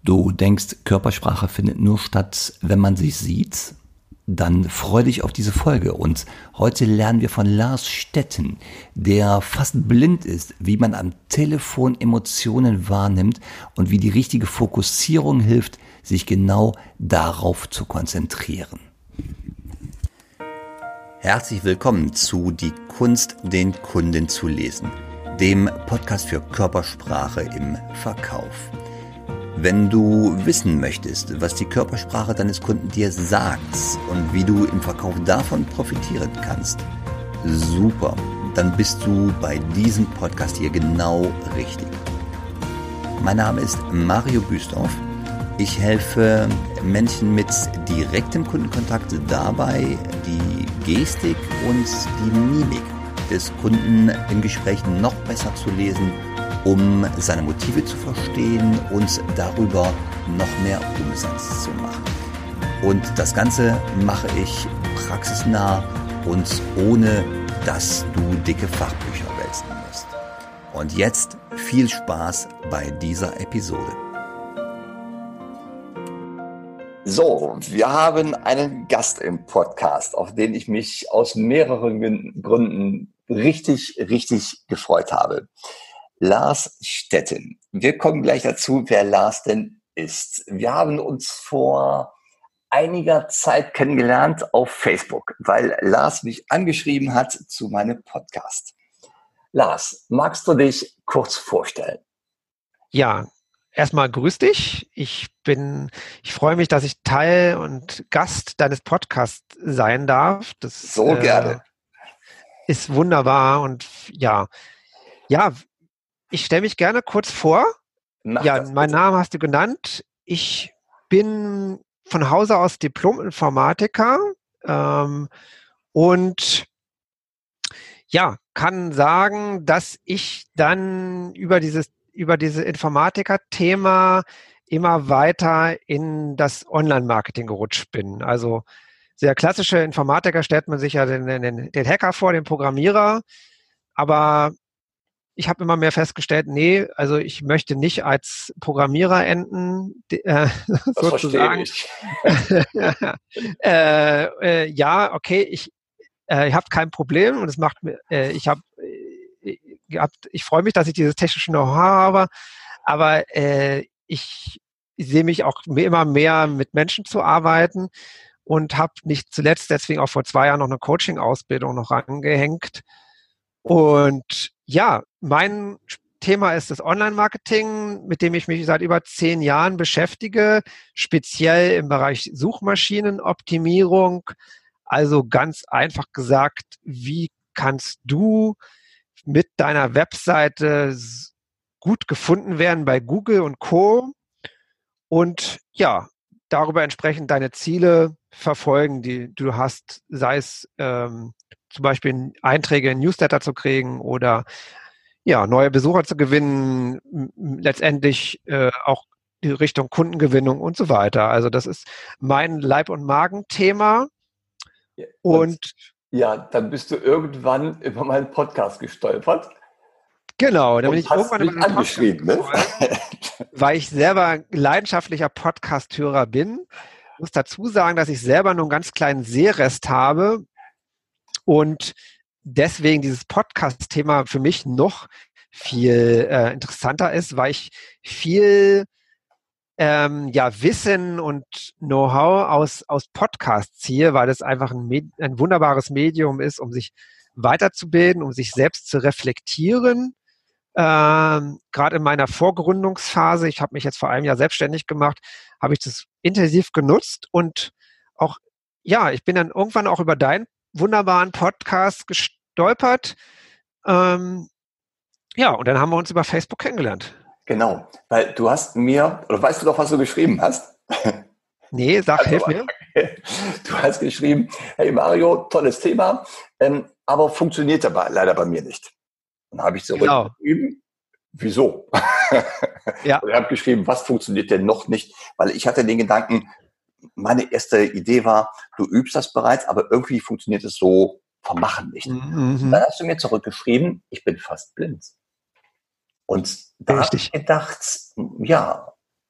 Du denkst, Körpersprache findet nur statt, wenn man sich sieht? Dann freu dich auf diese Folge. Und heute lernen wir von Lars Stetten, der fast blind ist, wie man am Telefon Emotionen wahrnimmt und wie die richtige Fokussierung hilft, sich genau darauf zu konzentrieren. Herzlich willkommen zu Die Kunst, den Kunden zu lesen, dem Podcast für Körpersprache im Verkauf. Wenn du wissen möchtest, was die Körpersprache deines Kunden dir sagt und wie du im Verkauf davon profitieren kannst, super, dann bist du bei diesem Podcast hier genau richtig. Mein Name ist Mario Büstorf. Ich helfe Menschen mit direktem Kundenkontakt dabei, die Gestik und die Mimik des Kunden im Gespräch noch besser zu lesen, um seine Motive zu verstehen und darüber noch mehr Umsatz zu machen. Und das Ganze mache ich praxisnah und ohne, dass du dicke Fachbücher wälzen musst. Und jetzt viel Spaß bei dieser Episode. So, wir haben einen Gast im Podcast, auf den ich mich aus mehreren Gründen richtig gefreut habe. Lars Stetten. Wir kommen gleich dazu, wer Lars denn ist. Wir haben uns vor einiger Zeit kennengelernt auf Facebook, weil Lars mich angeschrieben hat zu meinem Podcast. Lars, magst du dich kurz vorstellen? Ja, erstmal grüß dich. Ich freue mich, dass ich Teil und Gast deines Podcasts sein darf. Das so gerne. Ist wunderbar und ja. Ich stelle mich gerne kurz vor. Mein Name hast du genannt. Ich bin von Hause aus Diplom-Informatiker und kann sagen, dass ich dann über dieses Informatiker-Thema immer weiter in das Online-Marketing gerutscht bin. Also sehr klassische Informatiker stellt man sich ja den Hacker vor, den Programmierer, aber ich habe immer mehr festgestellt, nee, also ich möchte nicht als Programmierer enden, sozusagen. Ich habe kein Problem und es macht mir, ich freue mich, dass ich dieses technische Know-how habe, aber ich sehe mich auch immer mehr mit Menschen zu arbeiten und habe nicht zuletzt deswegen auch vor 2 Jahren noch eine Coaching-Ausbildung noch angehängt. Und ja, mein Thema ist das Online-Marketing, mit dem ich mich seit über 10 Jahren beschäftige, speziell im Bereich Suchmaschinenoptimierung. Also ganz einfach gesagt, wie kannst du mit deiner Webseite gut gefunden werden bei Google und Co. und ja, darüber entsprechend deine Ziele verfolgen, die du hast, sei es zum Beispiel Einträge in Newsletter zu kriegen oder neue Besucher zu gewinnen, letztendlich auch die Richtung Kundengewinnung und so weiter. Also das ist mein Leib- und Magenthema. Und dann bist du irgendwann über meinen Podcast gestolpert. Genau, da bin ich irgendwann über meinen Podcast gestolpert, weil ich selber leidenschaftlicher Podcast-Hörer bin. Ich muss dazu sagen, dass ich selber nur einen ganz kleinen Sehrest habe und deswegen dieses Podcast-Thema für mich noch viel interessanter ist, weil ich viel Wissen und Know-how aus Podcasts ziehe, weil es einfach ein wunderbares Medium ist, um sich weiterzubilden, um sich selbst zu reflektieren. Gerade in meiner Vorgründungsphase, ich habe mich jetzt vor einem Jahr selbstständig gemacht, habe ich das intensiv genutzt und auch, ich bin dann irgendwann auch über deinen wunderbaren Podcast gestolpert. Und dann haben wir uns über Facebook kennengelernt. Genau, weil du hast mir, oder weißt du doch, was du geschrieben hast? Nee, hilf mir. Du hast geschrieben, hey Mario, tolles Thema, aber funktioniert aber leider bei mir nicht. Dann habe ich zurückgeschrieben, wieso? Ja. Und ich habe geschrieben, was funktioniert denn noch nicht? Weil ich hatte den Gedanken, meine erste Idee war, du übst das bereits, aber irgendwie funktioniert es so vom Machen nicht. Mhm. Dann hast du mir zurückgeschrieben, ich bin fast blind. Und da habe ich gedacht,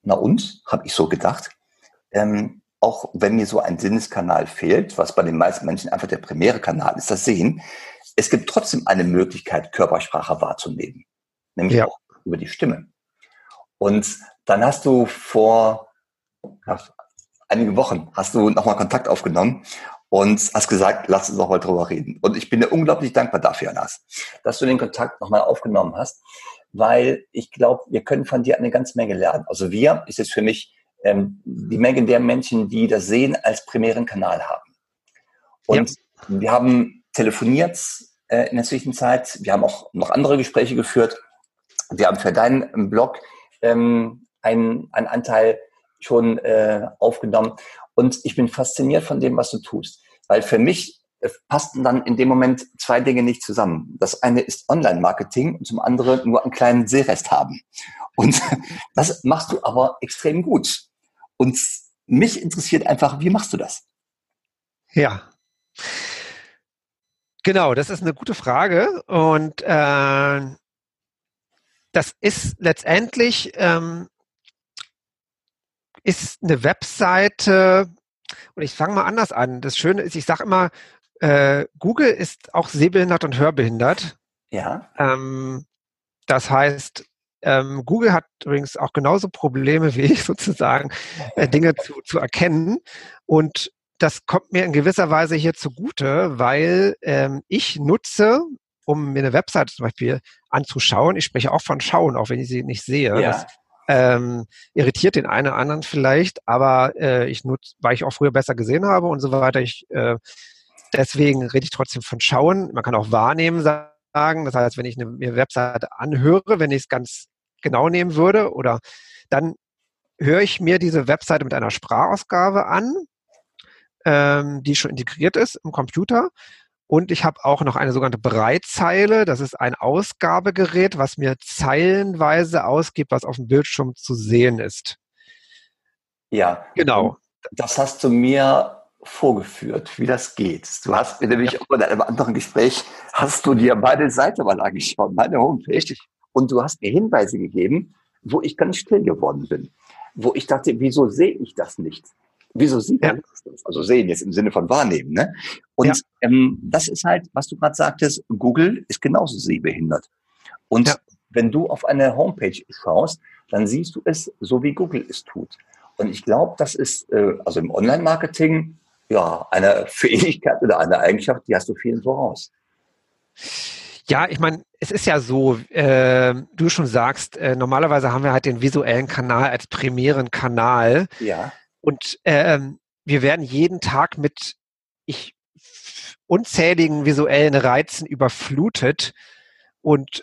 na und, habe ich so gedacht, auch wenn mir so ein Sinneskanal fehlt, was bei den meisten Menschen einfach der primäre Kanal ist, das Sehen, es gibt trotzdem eine Möglichkeit, Körpersprache wahrzunehmen, nämlich Ja. auch über die Stimme. Und dann hast du vor einigen Wochen hast du nochmal Kontakt aufgenommen und hast gesagt, lass uns doch mal drüber reden. Und ich bin dir unglaublich dankbar dafür, Anas, dass du den Kontakt nochmal aufgenommen hast, weil ich glaube, wir können von dir eine ganze Menge lernen. Also wir ist jetzt für mich die Menge der Menschen, die das Sehen als primären Kanal haben. Und wir haben telefoniert in der Zwischenzeit. Wir haben auch noch andere Gespräche geführt. Wir haben für deinen Blog einen Anteil schon aufgenommen. Und ich bin fasziniert von dem, was du tust. Weil für mich passten dann in dem Moment zwei Dinge nicht zusammen. Das eine ist Online-Marketing und zum anderen nur einen kleinen Sehrest haben. Und das machst du aber extrem gut. Und mich interessiert einfach, wie machst du das? Ja, genau, das ist eine gute Frage. Und das ist letztendlich ist eine Webseite, und ich fange mal anders an. Das Schöne ist, ich sage immer, Google ist auch sehbehindert und hörbehindert. Ja. Das heißt, Google hat übrigens auch genauso Probleme wie ich sozusagen, Dinge zu erkennen. Und das kommt mir in gewisser Weise hier zugute, weil ich nutze, um mir eine Webseite zum Beispiel anzuschauen. Ich spreche auch von Schauen, auch wenn ich sie nicht sehe. Ja. Das irritiert den einen oder anderen vielleicht, aber ich nutze, weil ich auch früher besser gesehen habe und so weiter. Deswegen rede ich trotzdem von Schauen. Man kann auch wahrnehmen sagen. Das heißt, wenn ich mir Webseite anhöre, wenn ich es ganz genau nehmen würde, oder dann höre ich mir diese Webseite mit einer Sprachausgabe an, die schon integriert ist im Computer. Und ich habe auch noch eine sogenannte Breitzeile. Das ist ein Ausgabegerät, was mir zeilenweise ausgibt, was auf dem Bildschirm zu sehen ist. Ja, genau. Das hast du mir vorgeführt, wie das geht. Du hast mir nämlich auch in einem anderen Gespräch, hast du dir meine Seite mal angeschaut, meine Homepage. Richtig. Und du hast mir Hinweise gegeben, wo ich ganz still geworden bin. Wo ich dachte, wieso sehe ich das nicht? Wieso sieht man das? Also sehen jetzt im Sinne von wahrnehmen. Ne? Und das ist halt, was du gerade sagtest, Google ist genauso sehbehindert. Und wenn du auf eine Homepage schaust, dann siehst du es so, wie Google es tut. Und ich glaube, das ist also im Online-Marketing eine Fähigkeit oder eine Eigenschaft, die hast du vielen voraus. Ja, ich meine, es ist ja so, du schon sagst, normalerweise haben wir halt den visuellen Kanal als primären Kanal. Ja. Und wir werden jeden Tag mit unzähligen visuellen Reizen überflutet. Und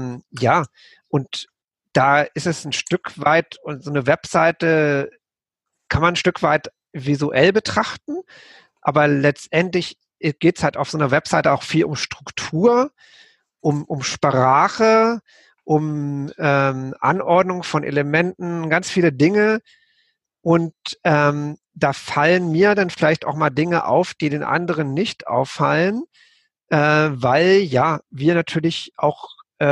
und da ist es ein Stück weit, und so eine Webseite kann man ein Stück weit visuell betrachten, aber letztendlich geht es halt auf so einer Webseite auch viel um Struktur, um Sprache, um Anordnung von Elementen, ganz viele Dinge. Und da fallen mir dann vielleicht auch mal Dinge auf, die den anderen nicht auffallen, weil wir natürlich auch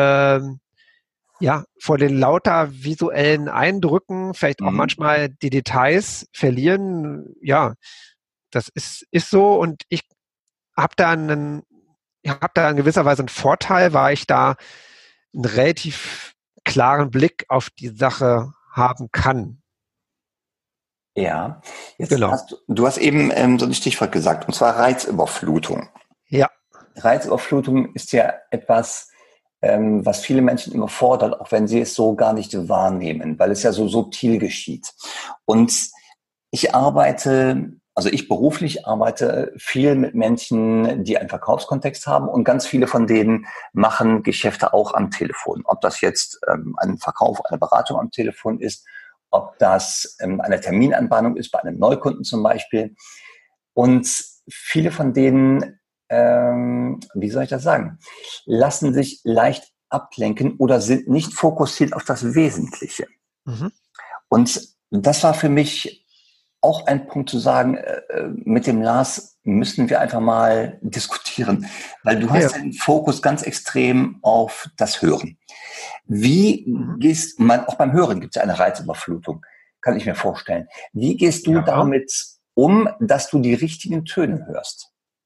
vor den lauter visuellen Eindrücken vielleicht auch manchmal die Details verlieren. Ja, das ist so, und ich habe da in gewisser Weise einen Vorteil, weil ich da einen relativ klaren Blick auf die Sache haben kann. Ja, jetzt genau. Du hast eben so ein Stichwort gesagt, und zwar Reizüberflutung. Ja. Reizüberflutung ist ja etwas, was viele Menschen immer fordert, auch wenn sie es so gar nicht wahrnehmen, weil es ja so subtil geschieht. Und ich beruflich arbeite viel mit Menschen, die einen Verkaufskontext haben, und ganz viele von denen machen Geschäfte auch am Telefon. Ob das jetzt ein Verkauf, eine Beratung am Telefon ist, ob das eine Terminanbahnung ist, bei einem Neukunden zum Beispiel. Und viele von denen, wie soll ich das sagen, lassen sich leicht ablenken oder sind nicht fokussiert auf das Wesentliche. Und das war für mich auch ein Punkt zu sagen, mit dem Lars müssen wir einfach mal diskutieren, weil du hast den Fokus ganz extrem auf das Hören. Wie auch beim Hören gibt es eine Reizüberflutung. kann ich mir vorstellen. Wie gehst du Ja. damit um, dass du die richtigen Töne hörst?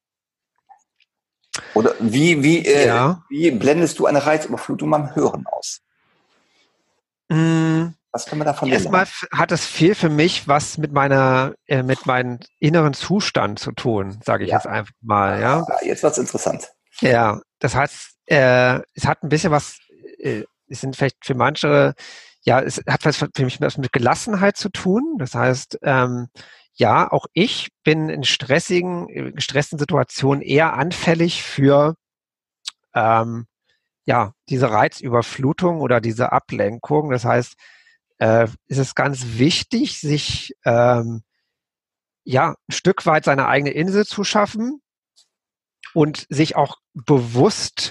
Oder wie blendest du eine Reizüberflutung beim Hören aus? Was können wir da von dir Erstmal lernen? hat es viel für mich was mit mit meinem inneren Zustand zu tun, sage ich Ja. jetzt einfach mal. Ja, Jetzt wird's interessant. ja, das heißt, es hat ein bisschen was, es sind vielleicht für manche, ja, es hat was für mich was mit Gelassenheit zu tun. Das heißt, ja, auch ich bin in gestressten Situationen eher anfällig für ja, diese Reizüberflutung oder diese Ablenkung. Das heißt, ist es ganz wichtig, sich ja, ein Stück weit seine eigene Insel zu schaffen und sich auch bewusst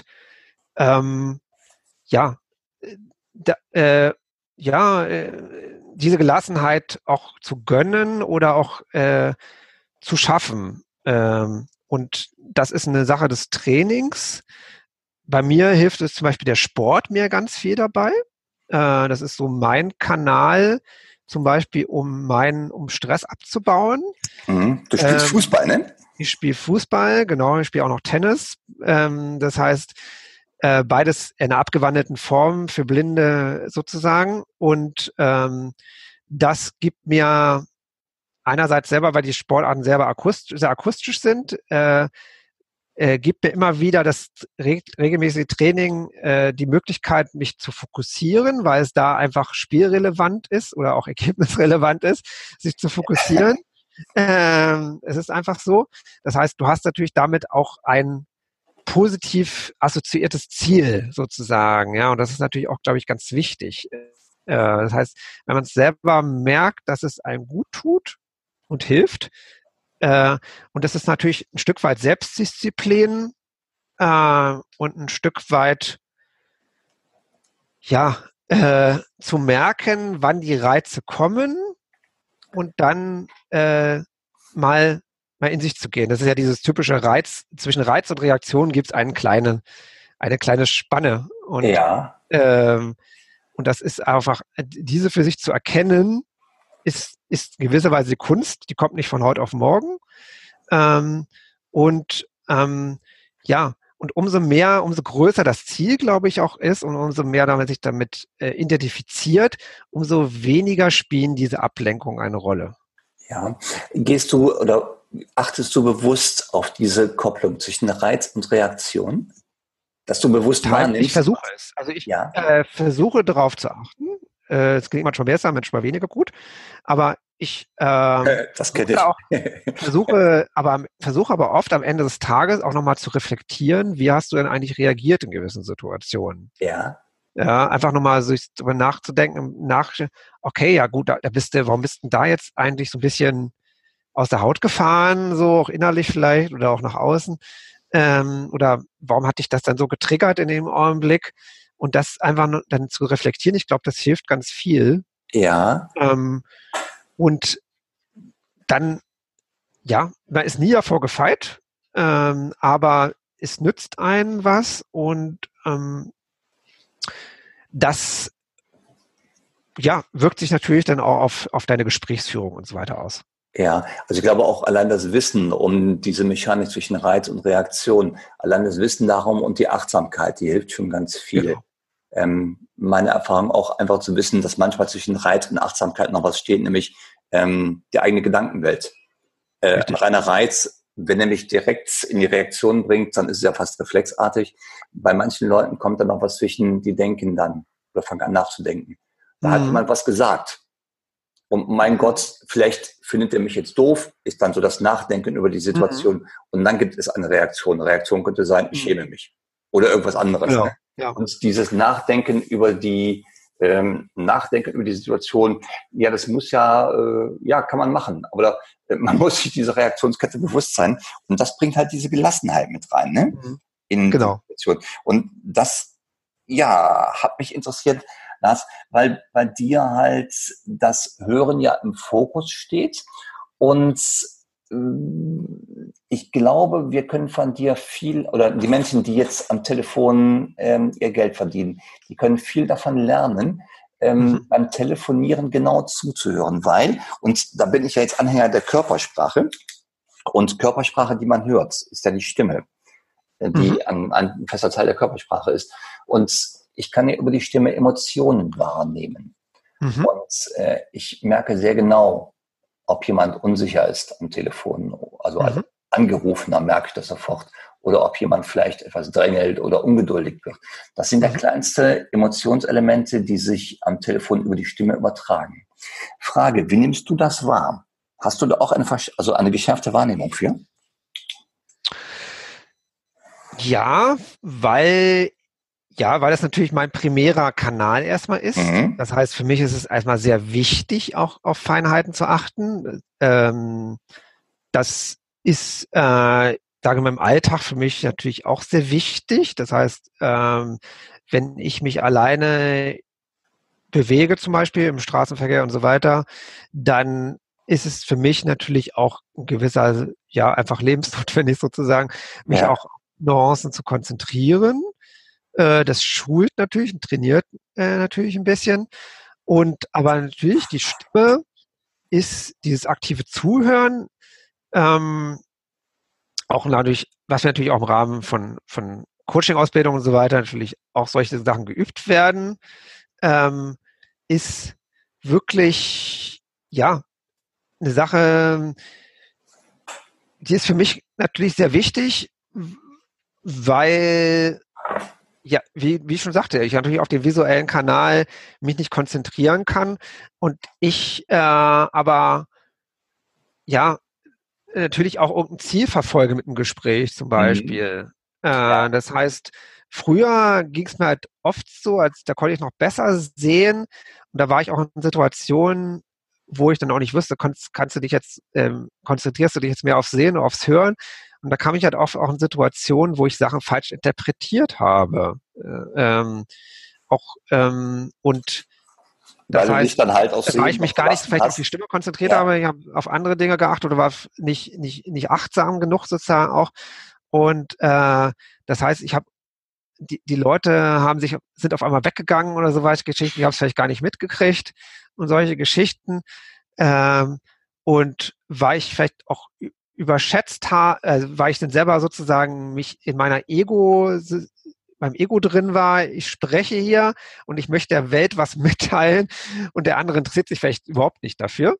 ja, da, ja, diese Gelassenheit auch zu gönnen oder auch zu schaffen. Und das ist eine Sache des Trainings. Bei mir hilft es zum Beispiel der Sport mir ganz viel dabei. Das ist so mein Kanal, zum Beispiel, um Stress abzubauen. Du spielst Fußball, ne? Ich spiele Fußball, genau, ich spiele auch noch Tennis. Das heißt, beides in einer abgewandelten Form für Blinde sozusagen. Und das gibt mir einerseits selber, weil die Sportarten selber sehr akustisch sind, gibt mir immer wieder das regelmäßige Training die Möglichkeit, mich zu fokussieren, weil es da einfach spielrelevant ist oder auch ergebnisrelevant ist, sich zu fokussieren. Es ist einfach so. Das heißt, du hast natürlich damit auch ein positiv assoziiertes Ziel sozusagen. Ja, und das ist natürlich auch, glaube ich, ganz wichtig. Das heißt, wenn man es selber merkt, dass es einem gut tut und hilft, und das ist natürlich ein Stück weit Selbstdisziplin und ein Stück weit, ja, zu merken, wann die Reize kommen und dann mal in sich zu gehen. Das ist ja dieses typische zwischen Reiz und Reaktion gibt es eine kleine Spanne. Und, Ja. und das ist einfach, diese für sich zu erkennen, ist in gewisser Weise die Kunst, die kommt nicht von heute auf morgen. Ja, und umso größer das Ziel, glaube ich, auch ist und umso mehr man sich damit identifiziert, umso weniger spielen diese Ablenkungen eine Rolle. Ja. Gehst du oder achtest du bewusst auf diese Kopplung zwischen Reiz und Reaktion? Dass du bewusst wahrnimmst? Ich versuche es. Also ich versuche darauf zu achten. Es klingt manchmal besser, manchmal weniger gut. Aber ich das kenne ich. versuche aber oft am Ende des Tages auch nochmal zu reflektieren, wie hast du denn eigentlich reagiert in gewissen Situationen? Ja. Ja, einfach nochmal so darüber nachzudenken, okay, ja gut, warum bist du da jetzt eigentlich so ein bisschen aus der Haut gefahren, so auch innerlich vielleicht oder auch nach außen? Oder warum hat dich das dann so getriggert in dem Augenblick? Und das einfach dann zu reflektieren, ich glaube, das hilft ganz viel. Ja. Und dann, ja, man ist nie davor gefeit, aber es nützt einen was und das ja, wirkt sich natürlich dann auch auf deine Gesprächsführung und so weiter aus. Ja, also ich glaube auch allein das Wissen um diese Mechanik zwischen Reiz und Reaktion, allein das Wissen darum und die Achtsamkeit, die hilft schon ganz viel. Genau. Meine Erfahrung auch einfach zu wissen, dass manchmal zwischen Reiz und Achtsamkeit noch was steht, nämlich die eigene Gedankenwelt. Ein reiner Reiz, wenn er mich direkt in die Reaktion bringt, dann ist es ja fast reflexartig. Bei manchen Leuten kommt dann noch was zwischen, die denken dann oder fangen an nachzudenken. Da hat jemand was gesagt. Und mein Gott, vielleicht findet er mich jetzt doof, ist dann so das Nachdenken über die Situation. Und dann gibt es eine Reaktion. Eine Reaktion könnte sein, ich schäme mich. Oder irgendwas anderes. Genau. Ne? Ja. Und dieses Nachdenken über die Situation, ja, das muss ja, kann man machen. Aber man muss sich dieser Reaktionskette bewusst sein. Und das bringt halt diese Gelassenheit mit rein, ne? In die Situation. Und das, ja, hat mich interessiert, Lars, weil bei dir halt das Hören ja im Fokus steht. Und ich glaube, wir können von dir viel, oder die Menschen, die jetzt am Telefon ihr Geld verdienen, die können viel davon lernen, beim Telefonieren genau zuzuhören, weil, und da bin ich ja jetzt Anhänger der Körpersprache, und Körpersprache, die man hört, ist ja die Stimme, die ein fester Teil der Körpersprache ist. Und ich kann ja über die Stimme Emotionen wahrnehmen. Und ich merke sehr genau, ob jemand unsicher ist am Telefon, also als Angerufener merke ich das sofort, oder ob jemand vielleicht etwas drängelt oder ungeduldig wird. Das sind ja kleinste Emotionselemente, die sich am Telefon über die Stimme übertragen. Frage, wie nimmst du das wahr? Hast du da auch eine geschärfte Wahrnehmung für? Ja, weil das natürlich mein primärer Kanal erstmal ist. Das heißt, für mich ist es erstmal sehr wichtig, auch auf Feinheiten zu achten. Das ist, sage ich mal, im Alltag für mich natürlich auch sehr wichtig. Das heißt, wenn ich mich alleine bewege, zum Beispiel im Straßenverkehr und so weiter, dann ist es für mich natürlich auch ein gewisser, einfach lebensnotwendig sozusagen, mich auch auf Nuancen zu konzentrieren. Das schult natürlich und trainiert natürlich ein bisschen. Aber natürlich die Stimme ist dieses aktive Zuhören, auch dadurch, was wir natürlich auch im Rahmen von Coaching-Ausbildung und so weiter natürlich auch solche Sachen geübt werden, ist wirklich, eine Sache, die ist für mich natürlich sehr wichtig, weil, wie ich schon sagte, ich natürlich auf den visuellen Kanal mich nicht konzentrieren kann und ich aber natürlich auch irgendein Ziel verfolge mit einem Gespräch zum Beispiel. Das heißt, früher ging es mir halt oft so, da konnte ich noch besser sehen und da war ich auch in Situationen, wo ich dann auch nicht wusste, konzentrierst du dich jetzt mehr aufs Sehen oder aufs Hören? Und da kam ich halt oft auch in Situationen, wo ich Sachen falsch interpretiert habe. Und das heißt, weil ich mich gar nicht vielleicht auf die Stimme konzentriert habe, ich habe auf andere Dinge geachtet oder war nicht achtsam genug sozusagen auch. Und das heißt, die Leute sind auf einmal weggegangen oder so weiter Geschichten, ich habe es vielleicht gar nicht mitgekriegt und solche Geschichten. Und weil ich vielleicht auch überschätzt habe, weil ich dann selber sozusagen mich in meinem Ego drin war, ich spreche hier und ich möchte der Welt was mitteilen und der andere interessiert sich vielleicht überhaupt nicht dafür.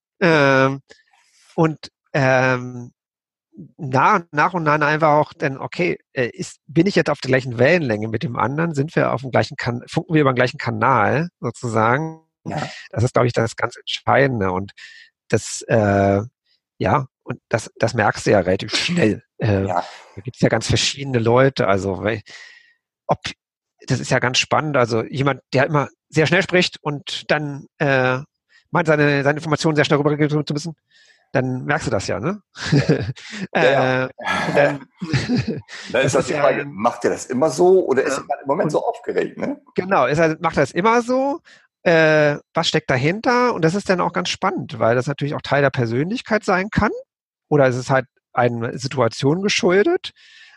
Nach und nach einfach auch dann, okay, bin ich jetzt auf der gleichen Wellenlänge mit dem anderen? Sind wir auf dem gleichen funken wir über den gleichen Kanal sozusagen? Ja. Das ist, glaube ich, das ganz Entscheidende und das, und das merkst du ja relativ schnell. Da gibt es ja ganz verschiedene Leute, also das ist ja ganz spannend, also jemand, der immer sehr schnell spricht und dann meint, seine Informationen sehr schnell rübergegeben zu müssen, dann merkst du das ja, ne? Da ist das die Frage, macht er das immer so oder ist er im Moment so aufgeregt, ne? Genau, macht er das immer so? Was steckt dahinter? Und das ist dann auch ganz spannend, weil das natürlich auch Teil der Persönlichkeit sein kann. Oder ist es halt eine Situation geschuldet?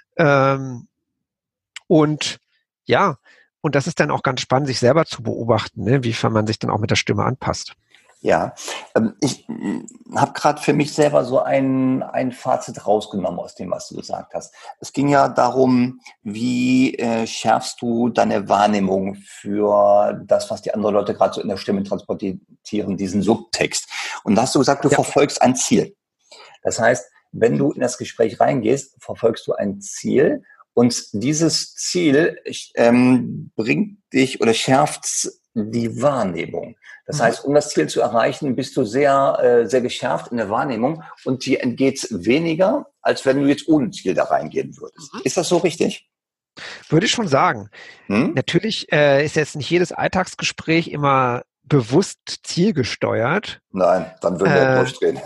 Und das ist dann auch ganz spannend, sich selber zu beobachten, ne? Wie man sich dann auch mit der Stimme anpasst. Ja, ich habe gerade für mich selber so ein Fazit rausgenommen aus dem, was du gesagt hast. Es ging ja darum, wie schärfst du deine Wahrnehmung für das, was die anderen Leute gerade so in der Stimme transportieren, diesen Subtext. Und da hast du gesagt, du verfolgst ein Ziel. Das heißt, wenn du in das Gespräch reingehst, verfolgst du ein Ziel und dieses Ziel bringt dich oder schärft die Wahrnehmung. Das heißt, um das Ziel zu erreichen, bist du sehr, sehr geschärft in der Wahrnehmung und dir entgeht weniger, als wenn du jetzt ohne Ziel da reingehen würdest. Ist das so richtig? Würde ich schon sagen. Natürlich ist jetzt nicht jedes Alltagsgespräch immer bewusst zielgesteuert. Nein, dann würden wir durchdrehen.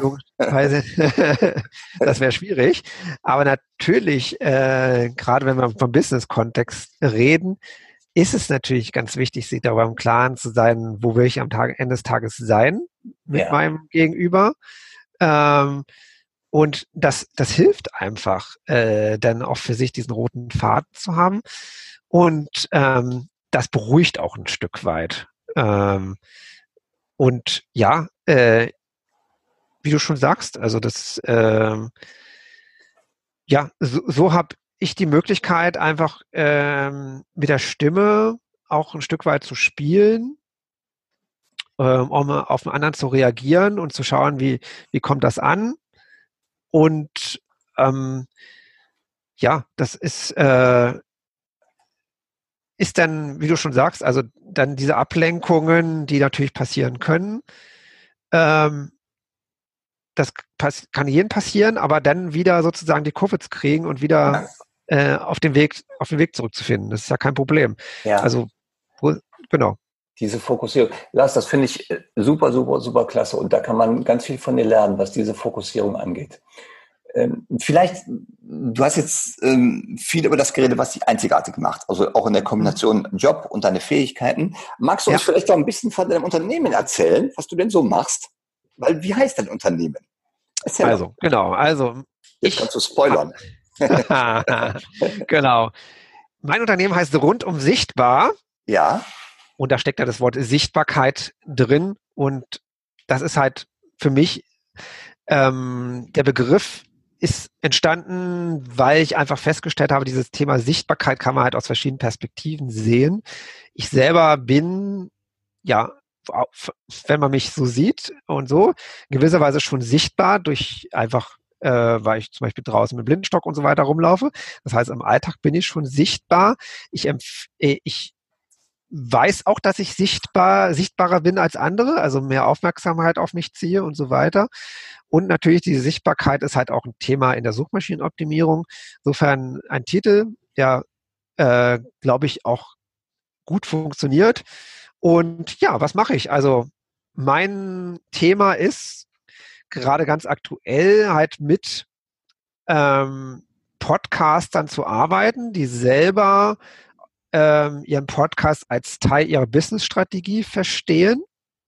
Das wäre schwierig. Aber natürlich, gerade wenn wir vom Business-Kontext reden, ist es natürlich ganz wichtig, sich darüber im Klaren zu sein, wo will ich am Ende des Tages sein mit meinem Gegenüber. Und das hilft einfach, dann auch für sich diesen roten Faden zu haben. Und das beruhigt auch ein Stück weit. Und ja, wie du schon sagst, also das, ja, so habe ich die Möglichkeit, einfach mit der Stimme auch ein Stück weit zu spielen, um auf den anderen zu reagieren und zu schauen, wie kommt das an. Und ja, das ist dann, wie du schon sagst, also dann diese Ablenkungen, die natürlich passieren können. Das kann jedem passieren, aber dann wieder sozusagen die Kurve zu kriegen und wieder auf den Weg zurückzufinden. Das ist ja kein Problem. Ja. Also, genau. Diese Fokussierung. Lars, das finde ich super, super, super klasse. Und da kann man ganz viel von dir lernen, was diese Fokussierung angeht. Vielleicht, du hast jetzt viel über das geredet, was dich einzigartig macht. Also auch in der Kombination Job und deine Fähigkeiten. Magst du uns vielleicht auch ein bisschen von deinem Unternehmen erzählen, was du denn so machst? Weil, wie heißt dein Unternehmen? Erzähl also, mal. Genau. Also, jetzt kannst du spoilern. Genau. Mein Unternehmen heißt Rundum Sichtbar. Ja. Und da steckt ja das Wort Sichtbarkeit drin. Und das ist halt für mich, der Begriff ist entstanden, weil ich einfach festgestellt habe, dieses Thema Sichtbarkeit kann man halt aus verschiedenen Perspektiven sehen. Ich selber bin, ja, wenn man mich so sieht und so, in gewisser Weise schon sichtbar durch einfach, weil ich zum Beispiel draußen mit Blindenstock und so weiter rumlaufe. Das heißt, im Alltag bin ich schon sichtbar. Ich weiß auch, dass ich sichtbarer bin als andere, also mehr Aufmerksamkeit auf mich ziehe und so weiter. Und natürlich diese Sichtbarkeit ist halt auch ein Thema in der Suchmaschinenoptimierung. Insofern ein Titel, der, glaube ich, auch gut funktioniert. Und ja, was mache ich? Also mein Thema ist gerade ganz aktuell halt mit Podcastern zu arbeiten, die selber ihren Podcast als Teil ihrer Business-Strategie verstehen.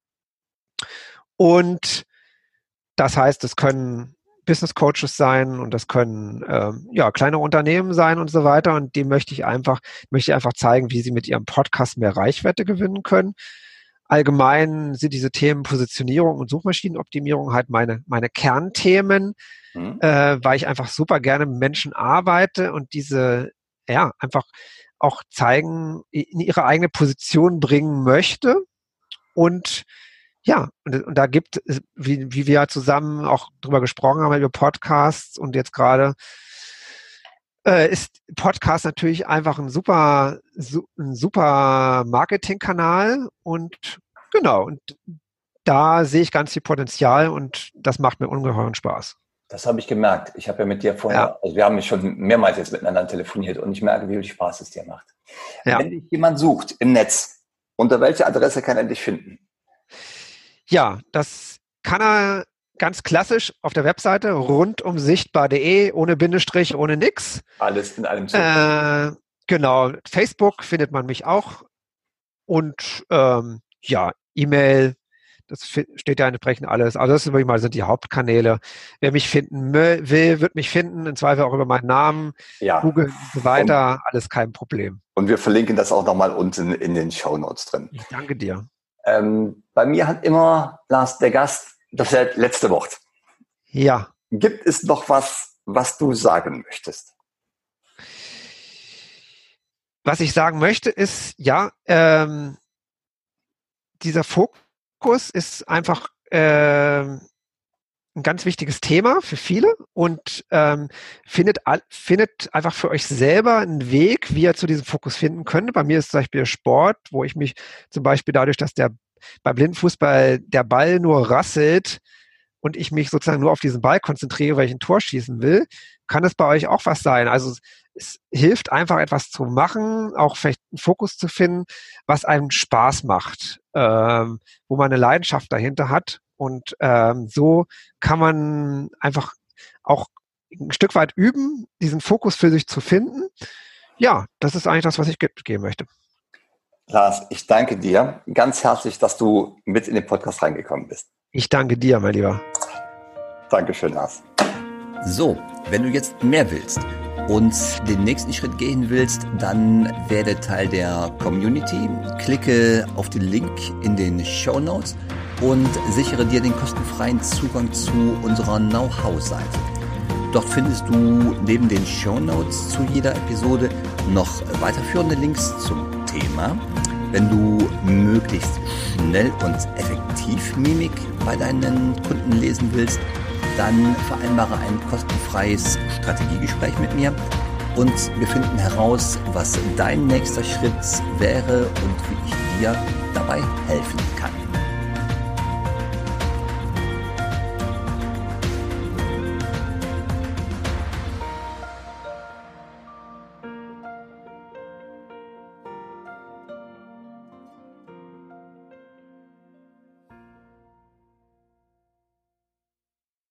Und das heißt, es können Business Coaches sein und das können kleine Unternehmen sein und so weiter. Und dem möchte ich einfach zeigen, wie sie mit ihrem Podcast mehr Reichweite gewinnen können. Allgemein sind diese Themen Positionierung und Suchmaschinenoptimierung halt meine Kernthemen, weil ich einfach super gerne mit Menschen arbeite und diese einfach auch zeigen, in ihre eigene Position bringen möchte. Und ja, und da gibt es, wie wir zusammen auch drüber gesprochen haben, über Podcasts und jetzt gerade ist Podcast natürlich einfach ein super Marketingkanal und genau, und da sehe ich ganz viel Potenzial und das macht mir ungeheuren Spaß. Das habe ich gemerkt. Ich habe ja mit dir vorher, also wir haben schon mehrmals jetzt miteinander telefoniert und ich merke, wie viel Spaß es dir macht. Ja. Wenn dich jemand sucht im Netz, unter welcher Adresse kann er dich finden? Ja, das kann er ganz klassisch auf der Webseite rundumsichtbar.de, ohne Bindestrich, ohne nix. Alles in einem Zug. Genau, Facebook findet man mich auch und E-Mail, das steht ja entsprechend alles. Also das sind die Hauptkanäle. Wer mich finden will, wird mich finden, im Zweifel auch über meinen Namen, Google und so weiter, alles kein Problem. Und wir verlinken das auch nochmal unten in den Shownotes drin. Ich danke dir. Bei mir hat immer, Lars, der Gast das letzte Wort. Ja. Gibt es noch was du sagen möchtest? Was ich sagen möchte ist, dieser Fokus ist einfach ein ganz wichtiges Thema für viele und findet einfach für euch selber einen Weg, wie ihr zu diesem Fokus finden könnt. Bei mir ist zum Beispiel der Sport, wo ich mich zum Beispiel dadurch, dass beim Blindenfußball der Ball nur rasselt und ich mich sozusagen nur auf diesen Ball konzentriere, weil ich ein Tor schießen will, kann es bei euch auch was sein. Also es hilft einfach etwas zu machen, auch vielleicht einen Fokus zu finden, was einem Spaß macht, wo man eine Leidenschaft dahinter hat. Und so kann man einfach auch ein Stück weit üben, diesen Fokus für sich zu finden. Ja, das ist eigentlich das, was ich geben möchte. Lars, ich danke dir ganz herzlich, dass du mit in den Podcast reingekommen bist. Ich danke dir, mein Lieber. Dankeschön, Lars. So, wenn du jetzt mehr willst, und den nächsten Schritt gehen willst, dann werde Teil der Community. Klicke auf den Link in den Shownotes und sichere dir den kostenfreien Zugang zu unserer Know-how-Seite. Dort findest du neben den Shownotes zu jeder Episode noch weiterführende Links zum Thema. Wenn du möglichst schnell und effektiv Mimik bei deinen Kunden lesen willst, dann vereinbare ein kostenfreies Strategiegespräch mit mir und wir finden heraus, was dein nächster Schritt wäre und wie ich dir dabei helfen kann.